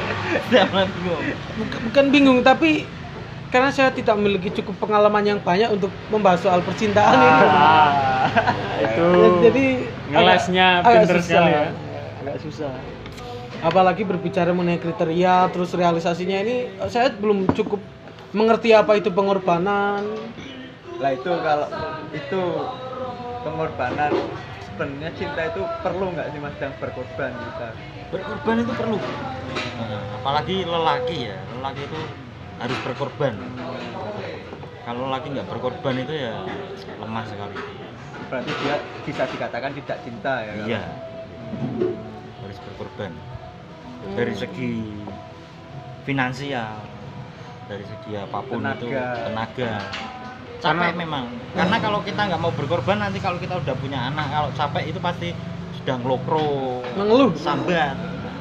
Bukan bingung tapi karena saya tidak memiliki cukup pengalaman yang banyak untuk membahas soal percintaan ini. Itu. Jadi ngelesnya pinter sekali ya. Agak susah. Apalagi berbicara mengenai kriteria terus realisasinya ini saya belum cukup mengerti apa itu pengorbanan. Lah itu kalau itu pengorbanan sebenarnya cinta itu perlu nggak sih Mas yang berkorban kita? Berkorban itu perlu. Apalagi lelaki ya, lelaki itu harus berkorban. Kalau lelaki nggak berkorban itu ya lemah sekali. Berarti dia bisa dikatakan tidak cinta ya? Iya. Harus berkorban. Dari segi finansial, dari segi apapun itu tenaga. Capek memang. Karena kalau kita nggak mau berkorban nanti kalau kita udah punya anak kalau capek itu pasti sudah ngelokro, mengeluh, sambat.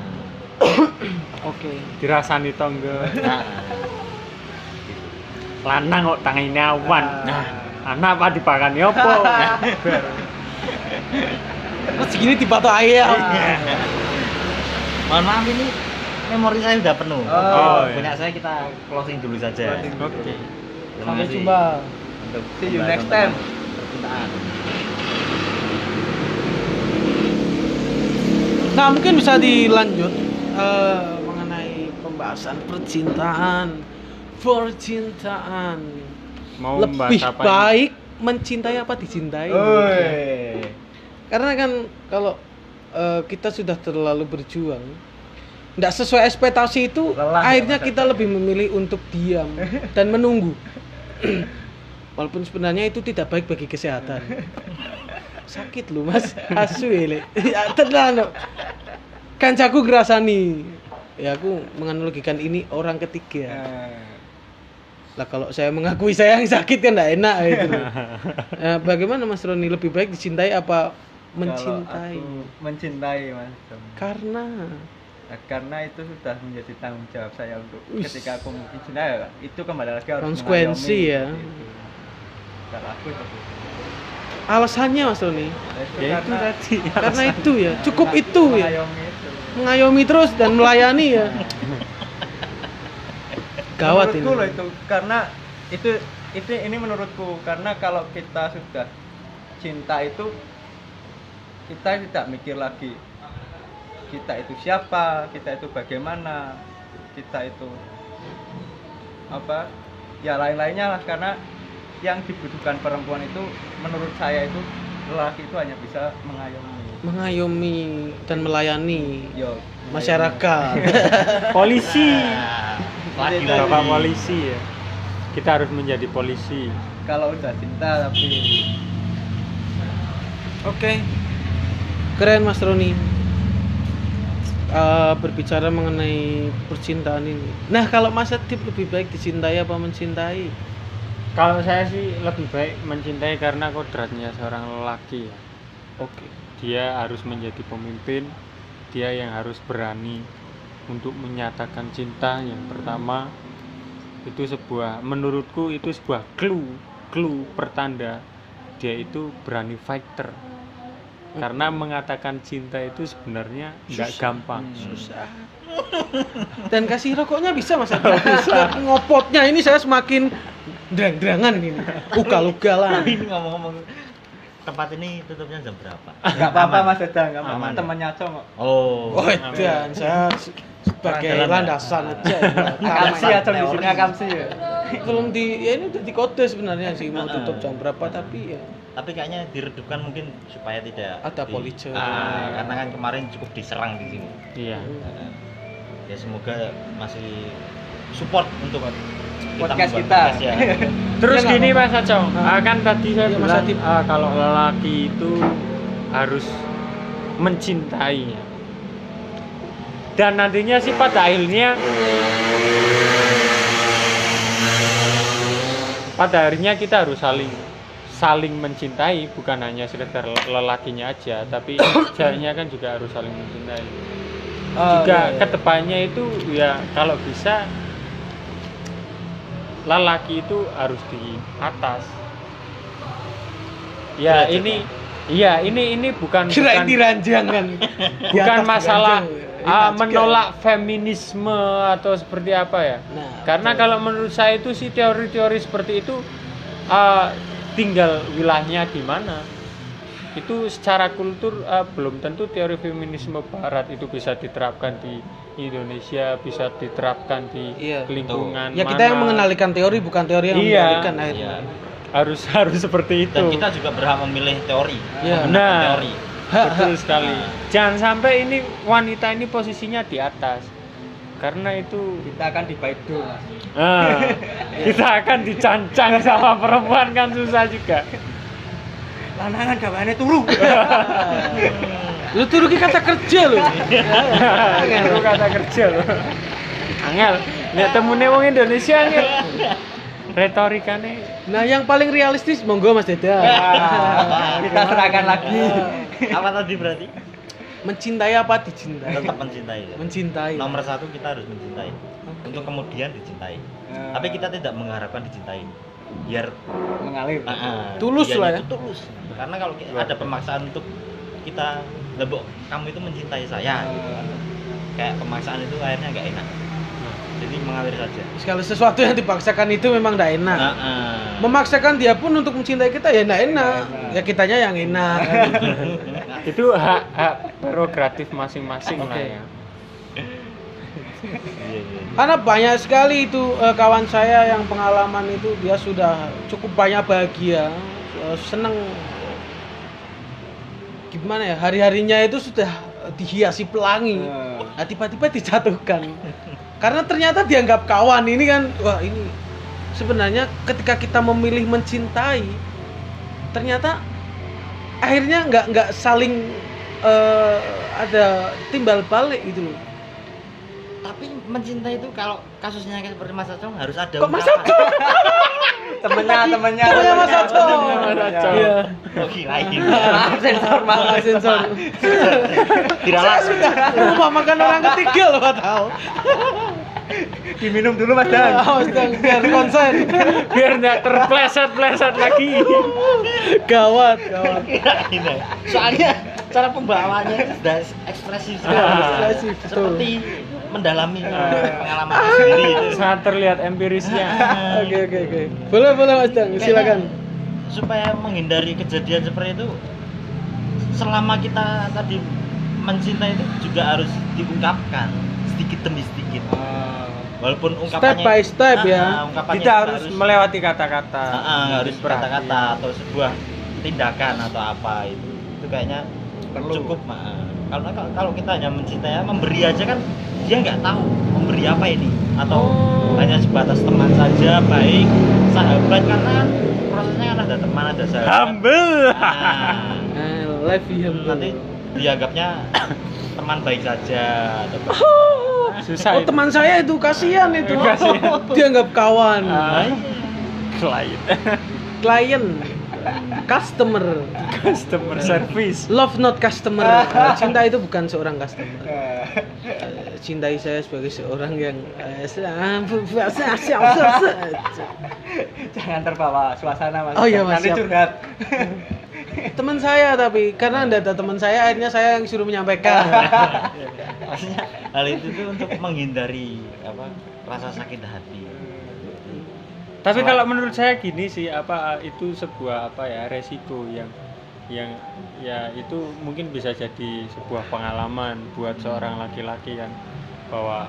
Oke. Dirasani tonggo. Lanang kok tangine awan. Anak apa dipakani opo? Terus segini dipatok ayam. Mohon maaf ini memori saya sudah penuh. Punya saya kita closing dulu saja. Oke. Sampai jumpa. See you next time. Percintaan. Nah mungkin bisa dilanjut mengenai pembahasan percintaan. Mau lebih apa baik mencintai apa dicintai? Karena kan kalau kita sudah terlalu berjuang, tidak sesuai ekspektasi itu, akhirnya kita lebih memilih untuk diam dan menunggu. Walaupun sebenarnya itu tidak baik bagi kesehatan. Sakit lu Mas, asu ele. Tenang. Kancaku ngrasani. Ya aku menganalogikan ini orang ketiga. Lah kalau saya mengakui saya yang sakit kan enggak enak gitu. Bagaimana Mas Roni, lebih baik dicintai apa mencintai? Kalau aku mencintai Mas. Karena itu sudah menjadi tanggung jawab saya untuk ketika aku mencintai itu kembali lagi harus konsekuensi ya. Kalau aku itu. Alasannya Mas Roni? Ya itu tadi. Karena itu ya, cukup itu ya. Mengayomi terus dan melayani ya. Gawat ini. Menurutku itu karena ini menurutku karena kalau kita sudah cinta itu kita tidak mikir lagi kita itu siapa, kita itu bagaimana, kita itu apa ya lain-lainnya lah. Karena yang dibutuhkan perempuan itu menurut saya itu lelaki itu hanya bisa mengayomi dan melayani melayani masyarakat. Polisi. Bapak polisi ya. Kita harus menjadi polisi. Kalau udah cinta tapi Oke. Keren Mas Roni. Berbicara mengenai percintaan ini. Nah, kalau Mas Adib lebih baik dicintai apa mencintai? Kalau saya sih lebih baik mencintai karena kodratnya seorang lelaki ya. Oke. Dia harus menjadi pemimpin. Dia yang harus berani untuk menyatakan cinta. Yang pertama itu menurutku itu sebuah clue pertanda dia itu berani fighter. Karena mengatakan cinta itu sebenarnya nggak gampang. Susah. Dan kasih rokoknya bisa Mas Adel. Bisa. Ngopotnya ini saya semakin derang-derangan ini. Ugal-ugalan. Ini ngomong-ngomong, tempat ini tutupnya jam berapa? Enggak apa-apa Mas Dadang, enggak apa-apa. Temannya Aco kok. Oh. Dan saya sebagai landasan aja. Akamsi Aco di sini akamsi ya. Belum ya ini udah dikode sebenarnya sih mau tutup jam berapa tapi ya. Tapi kayaknya diredupkan mungkin supaya tidak ada police. Karena kan kemarin cukup diserang di sini. Iya. Ya semoga masih support untuk podcast kita. Ya. Terus Ya, gini Mas Acong, kan tadi saya Ya, Mas bilang Adib. kalau lelaki itu harus mencintai. Dan nantinya sih pada akhirnya kita harus saling mencintai, bukan hanya sekedar lelakinya aja, tapi ceweknya kan juga harus saling mencintai. Juga kedepannya itu ya kalau bisa lelaki itu harus di atas. Ya ini bukan Kirain diranjang kan. bukan masalah menolak feminisme atau seperti apa ya. Nah, Karena kalau menurut saya itu sih teori-teori seperti itu tinggal wilayahnya di mana. Itu secara kultur belum tentu teori feminisme barat itu bisa diterapkan di Indonesia, bisa diterapkan di lingkungan ya kita mana. yang mengenalikan teori bukan teori yang mengendalikan Iya. harus seperti itu. Dan kita juga berhak memilih teori. Iya. Menggunakan teori. Betul sekali. Jangan sampai ini wanita ini posisinya di atas. Karena itu Kita akan di Baidu. kita akan dicancang sama perempuan kan susah juga. Lanangan gawane turu. Lu turu ki kata kerja lu. Itu kata kerja loh. Angel, nek temune wong Indonesia angel. Retorikane. Nah, yang paling realistis monggo Mas Deda. Kita serahkan lagi. Apa tadi berarti? Mencintai apa dicintai? Tetap mencintai. Ya? Mencintai. Nomor satu kita harus mencintai. Untuk kemudian dicintai. Tapi kita tidak mengharapkan dicintai. Biar Mengalir. Tulus dianya lah ya. itu tulus. Karena kalau ada pemaksaan untuk kita, lebok kamu itu mencintai saya. Gitu kan. Kayak pemaksaan itu akhirnya nggak enak. Jadi mengalir saja. Kalau sesuatu yang dipaksakan itu memang tidak enak. Memaksakan dia pun untuk mencintai kita ya tidak enak. Ya kitanya yang enak. Itu hak prerogatif masing-masing lah ya. Karena banyak sekali itu kawan saya yang pengalaman itu dia sudah cukup banyak bahagia, seneng, gimana ya, hari-harinya itu sudah dihiasi pelangi. Nah, tiba-tiba dijatuhkan. Karena ternyata dianggap kawan ini kan, wah ini sebenarnya ketika kita memilih mencintai, ternyata akhirnya nggak saling ada timbal balik gitu loh. Tapi mencintai itu kalau kasusnya kayak seperti Mas Acong harus ada. Kok Mas Acong? Temennya Mas Acong. Iya. Oh, kirain. Maaf sensor. Tiralah. Rumah makan orang ketiga loh tahu. Diminum dulu Mas Dan. Biar konsen. Biar nggak terpleset-pleset lagi. Gawat. Kirain. Soalnya cara pembawaannya itu sudah ekspresif sekali. Ekspresif, betul. Seperti mendalami pengalaman sendiri itu. Sangat terlihat empirisnya. Oke. Boleh Mas Dan, silakan. Supaya menghindari kejadian seperti itu, selama kita tadi mencintai itu juga harus diungkapkan sedikit demi sedikit. Walaupun ungkapannya Step by step ya. ungkapannya Tidak harus melewati kata-kata. harus kata-kata atau sebuah tindakan atau apa itu kayaknya cukup. Kalau kita hanya mencintai, memberi aja kan dia nggak tahu memberi apa ini, atau hanya sebatas teman saja, baik, sahabat, karena prosesnya kan ada teman, ada sahabat. Humble. Live humble. Nanti dianggapnya teman baik saja atau Susah. Oh, teman saya itu kasihan itu. Kasihan. Dianggap kawan. Klien. Customer Service. love not customer. Cinta itu bukan seorang customer. Cintai saya sebagai seorang yang Jangan terbawa suasana Mas. Oh iya, Mas, Nanti siap. curhat. Teman saya, tapi karena enggak ada teman saya, akhirnya saya yang suruh menyampaikan. Maksudnya hal itu tuh untuk menghindari rasa sakit hati. Tapi kalau menurut saya gini sih, itu sebuah resiko yang ya itu mungkin bisa jadi sebuah pengalaman buat seorang laki-laki kan, bahwa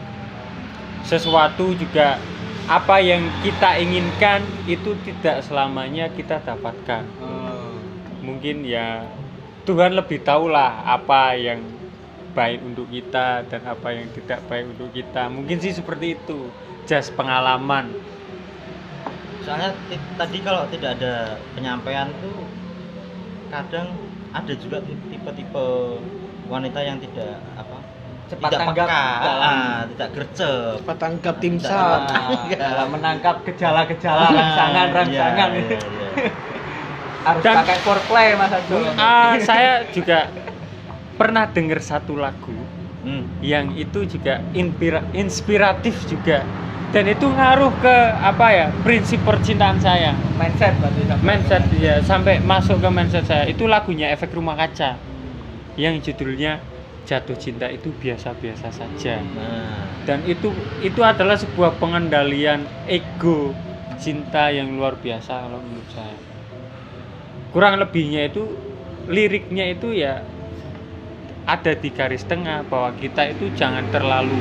sesuatu juga apa yang kita inginkan itu tidak selamanya kita dapatkan. Mungkin ya Tuhan lebih tahulah apa yang baik untuk kita dan apa yang tidak baik untuk kita. Mungkin sih seperti itu, just pengalaman. Soalnya tadi kalau tidak ada penyampaian tuh kadang ada juga tipe-tipe wanita yang tidak cepat tidak tanggap peka, tidak gercep, Cepat tanggap timsat. dalam menangkap gejala-gejala rangsangan. Iya. Harus Dan- pakai foreplay Mas Ajo. Saya juga pernah dengar satu lagu yang itu juga inspiratif juga, dan itu ngaruh ke prinsip percintaan saya, Mindset berarti sampai. mindset ya, sampai masuk ke mindset saya. Itu lagunya Efek Rumah Kaca yang judulnya Jatuh Cinta Itu Biasa-Biasa Saja. Dan itu adalah sebuah pengendalian ego cinta yang luar biasa kalau menurut saya. Kurang lebihnya itu liriknya itu ya ada di garis tengah, bahwa kita itu jangan terlalu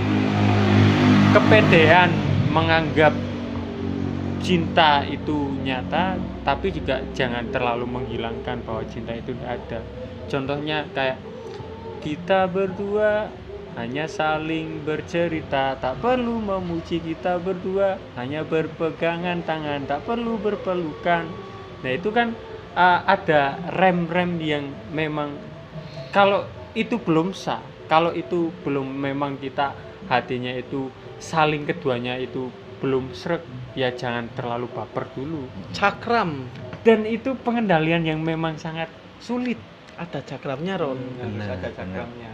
kepedean menganggap cinta itu nyata, tapi juga jangan terlalu menghilangkan bahwa cinta itu tidak ada. Contohnya kayak kita berdua hanya saling bercerita, tak perlu memuji, kita berdua hanya berpegangan tangan, tak perlu berpelukan. Nah itu kan ada rem-rem yang memang kalau itu belum sah, kalau itu belum memang kita hatinya itu saling keduanya itu belum sreg, ya jangan terlalu baper dulu. Cakram. Dan itu pengendalian yang memang sangat sulit. Ada cakramnya, Ron. Harus ada cakramnya.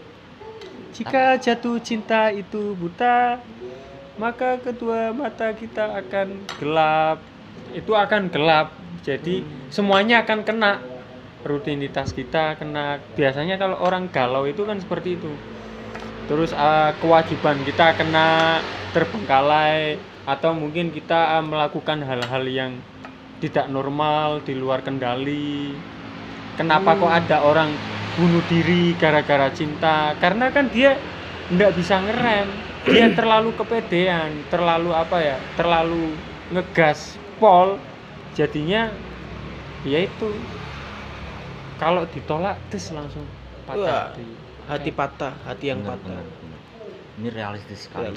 Jika jatuh cinta itu buta, maka kedua mata kita akan gelap. Itu akan gelap. Jadi semuanya akan kena. Rutinitas kita kena. Biasanya kalau orang galau itu kan seperti itu. Terus kewajiban kita kena, terbengkalai, atau mungkin kita melakukan hal-hal yang tidak normal, di luar kendali. Kenapa kok ada orang bunuh diri gara-gara cinta? Karena kan dia nggak bisa ngerem, dia terlalu kepedean, terlalu terlalu ngegas pol, jadinya ya itu kalau ditolak terus langsung patah Hati patah, hati yang patah. Ini realistis sekali.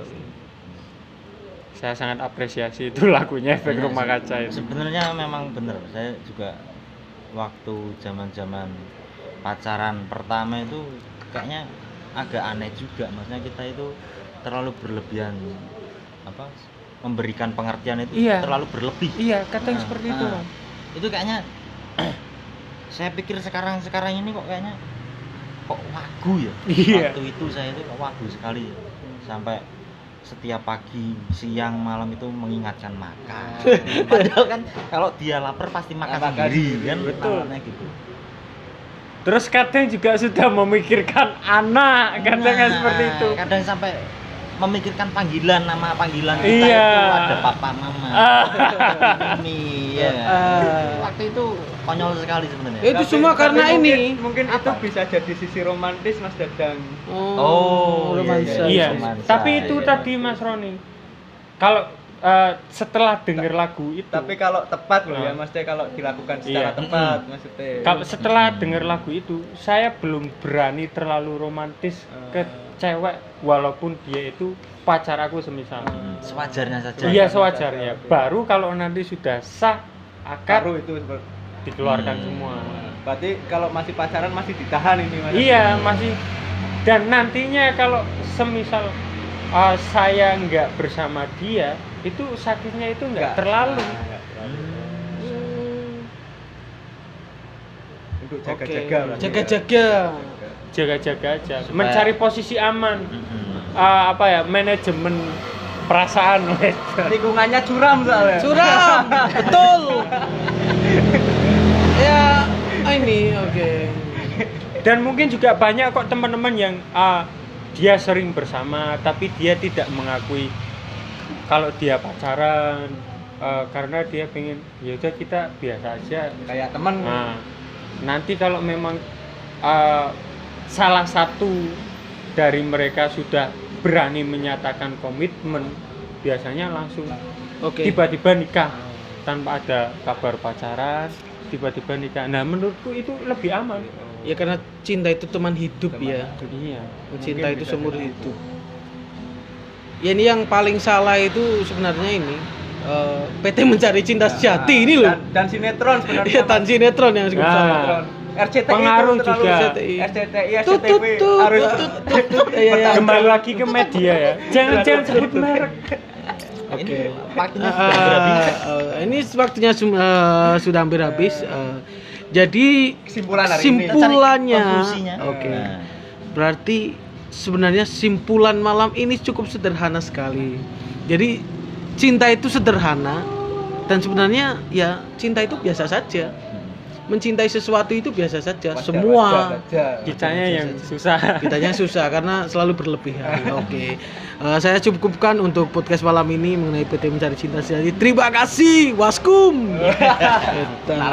Saya sangat apresiasi itu lagunya Efek Rumah Kaca itu. Sebenarnya memang benar. Saya juga waktu zaman-zaman pacaran pertama itu kayaknya agak aneh juga. Maksudnya kita itu terlalu berlebihan memberikan pengertian itu terlalu berlebih. Iya, kadang seperti itu. Itu kayaknya saya pikir sekarang ini kok kayaknya kok wagu ya. Iya. Waktu itu saya itu wagu sekali ya. Sampai setiap pagi, siang, malam itu mengingatkan makan. Padahal kan kalau dia lapar pasti makan sendiri kan. Betul. Gitu. Terus kadang juga sudah memikirkan anak, kadang kan seperti itu. Kadang sampai memikirkan nama panggilan kita Iya. itu ada papa mama. Ini ya. Waktu itu konyol sekali sebenarnya. Itu semua karena ini. Mungkin itu bisa jadi sisi romantis Mas Dadang. Romansa. Iya. romansa, Tapi itu iya. tadi Mas Roni, kalau setelah dengar lagu itu, Tapi kalau tepat loh ya, maksudnya kalau dilakukan secara Iya. tepat maksudnya. kalau setelah dengar lagu itu, saya belum berani terlalu romantis ke cewek walaupun dia itu pacar aku semisal. Sewajarnya saja. Iya, sewajarnya. Baru kalau nanti sudah sah akar Baru itu seperti. dikeluarkan semua. Berarti kalau masih pacaran masih ditahan ini Mas. Iya, masih. Dan nantinya kalau semisal saya nggak bersama dia, itu sakitnya itu nggak terlalu. Untuk Oke. jaga-jaga. berarti ya. Jaga-jaga. Jaga-jaga aja, Supaya- mencari posisi aman. Manajemen perasaan. Lingkungannya curam soalnya. Curam. Betul. Ya, ini, oke. Dan mungkin juga banyak kok teman-teman yang dia sering bersama tapi dia tidak mengakui kalau dia pacaran karena dia pengen ya udah kita biasa aja kayak teman. Nah, nanti kalau memang salah satu dari mereka sudah berani menyatakan komitmen, biasanya langsung tiba-tiba nikah tanpa ada kabar pacaran, tiba-tiba nikah. Nah, menurutku itu lebih aman. Ya karena cinta itu teman hidup ya. Iya. Cinta itu seumur hidup. Ya ini yang paling salah itu sebenarnya ini PT Mencari Cinta Sejati ini loh. Dan sinetron sebenarnya. Iya, dan sinetron yang cukup salah. RCTI pengaruh itu juga. RCTI, SCTV harus kembali lagi ke media ya. Jangan sebut merek. Oke. Waktunya sudah habis. Ini waktunya sudah hampir habis. Jadi kesimpulannya, oke. Berarti sebenarnya simpulan malam ini cukup sederhana sekali. Jadi cinta itu sederhana dan sebenarnya ya cinta itu biasa saja. Mencintai sesuatu itu biasa saja. Semua kitanya yang susah. Kitanya susah karena selalu berlebihan. Oke. Saya cukupkan untuk podcast malam ini mengenai PT Mencari Cinta Sejati. Terima kasih, Waskum.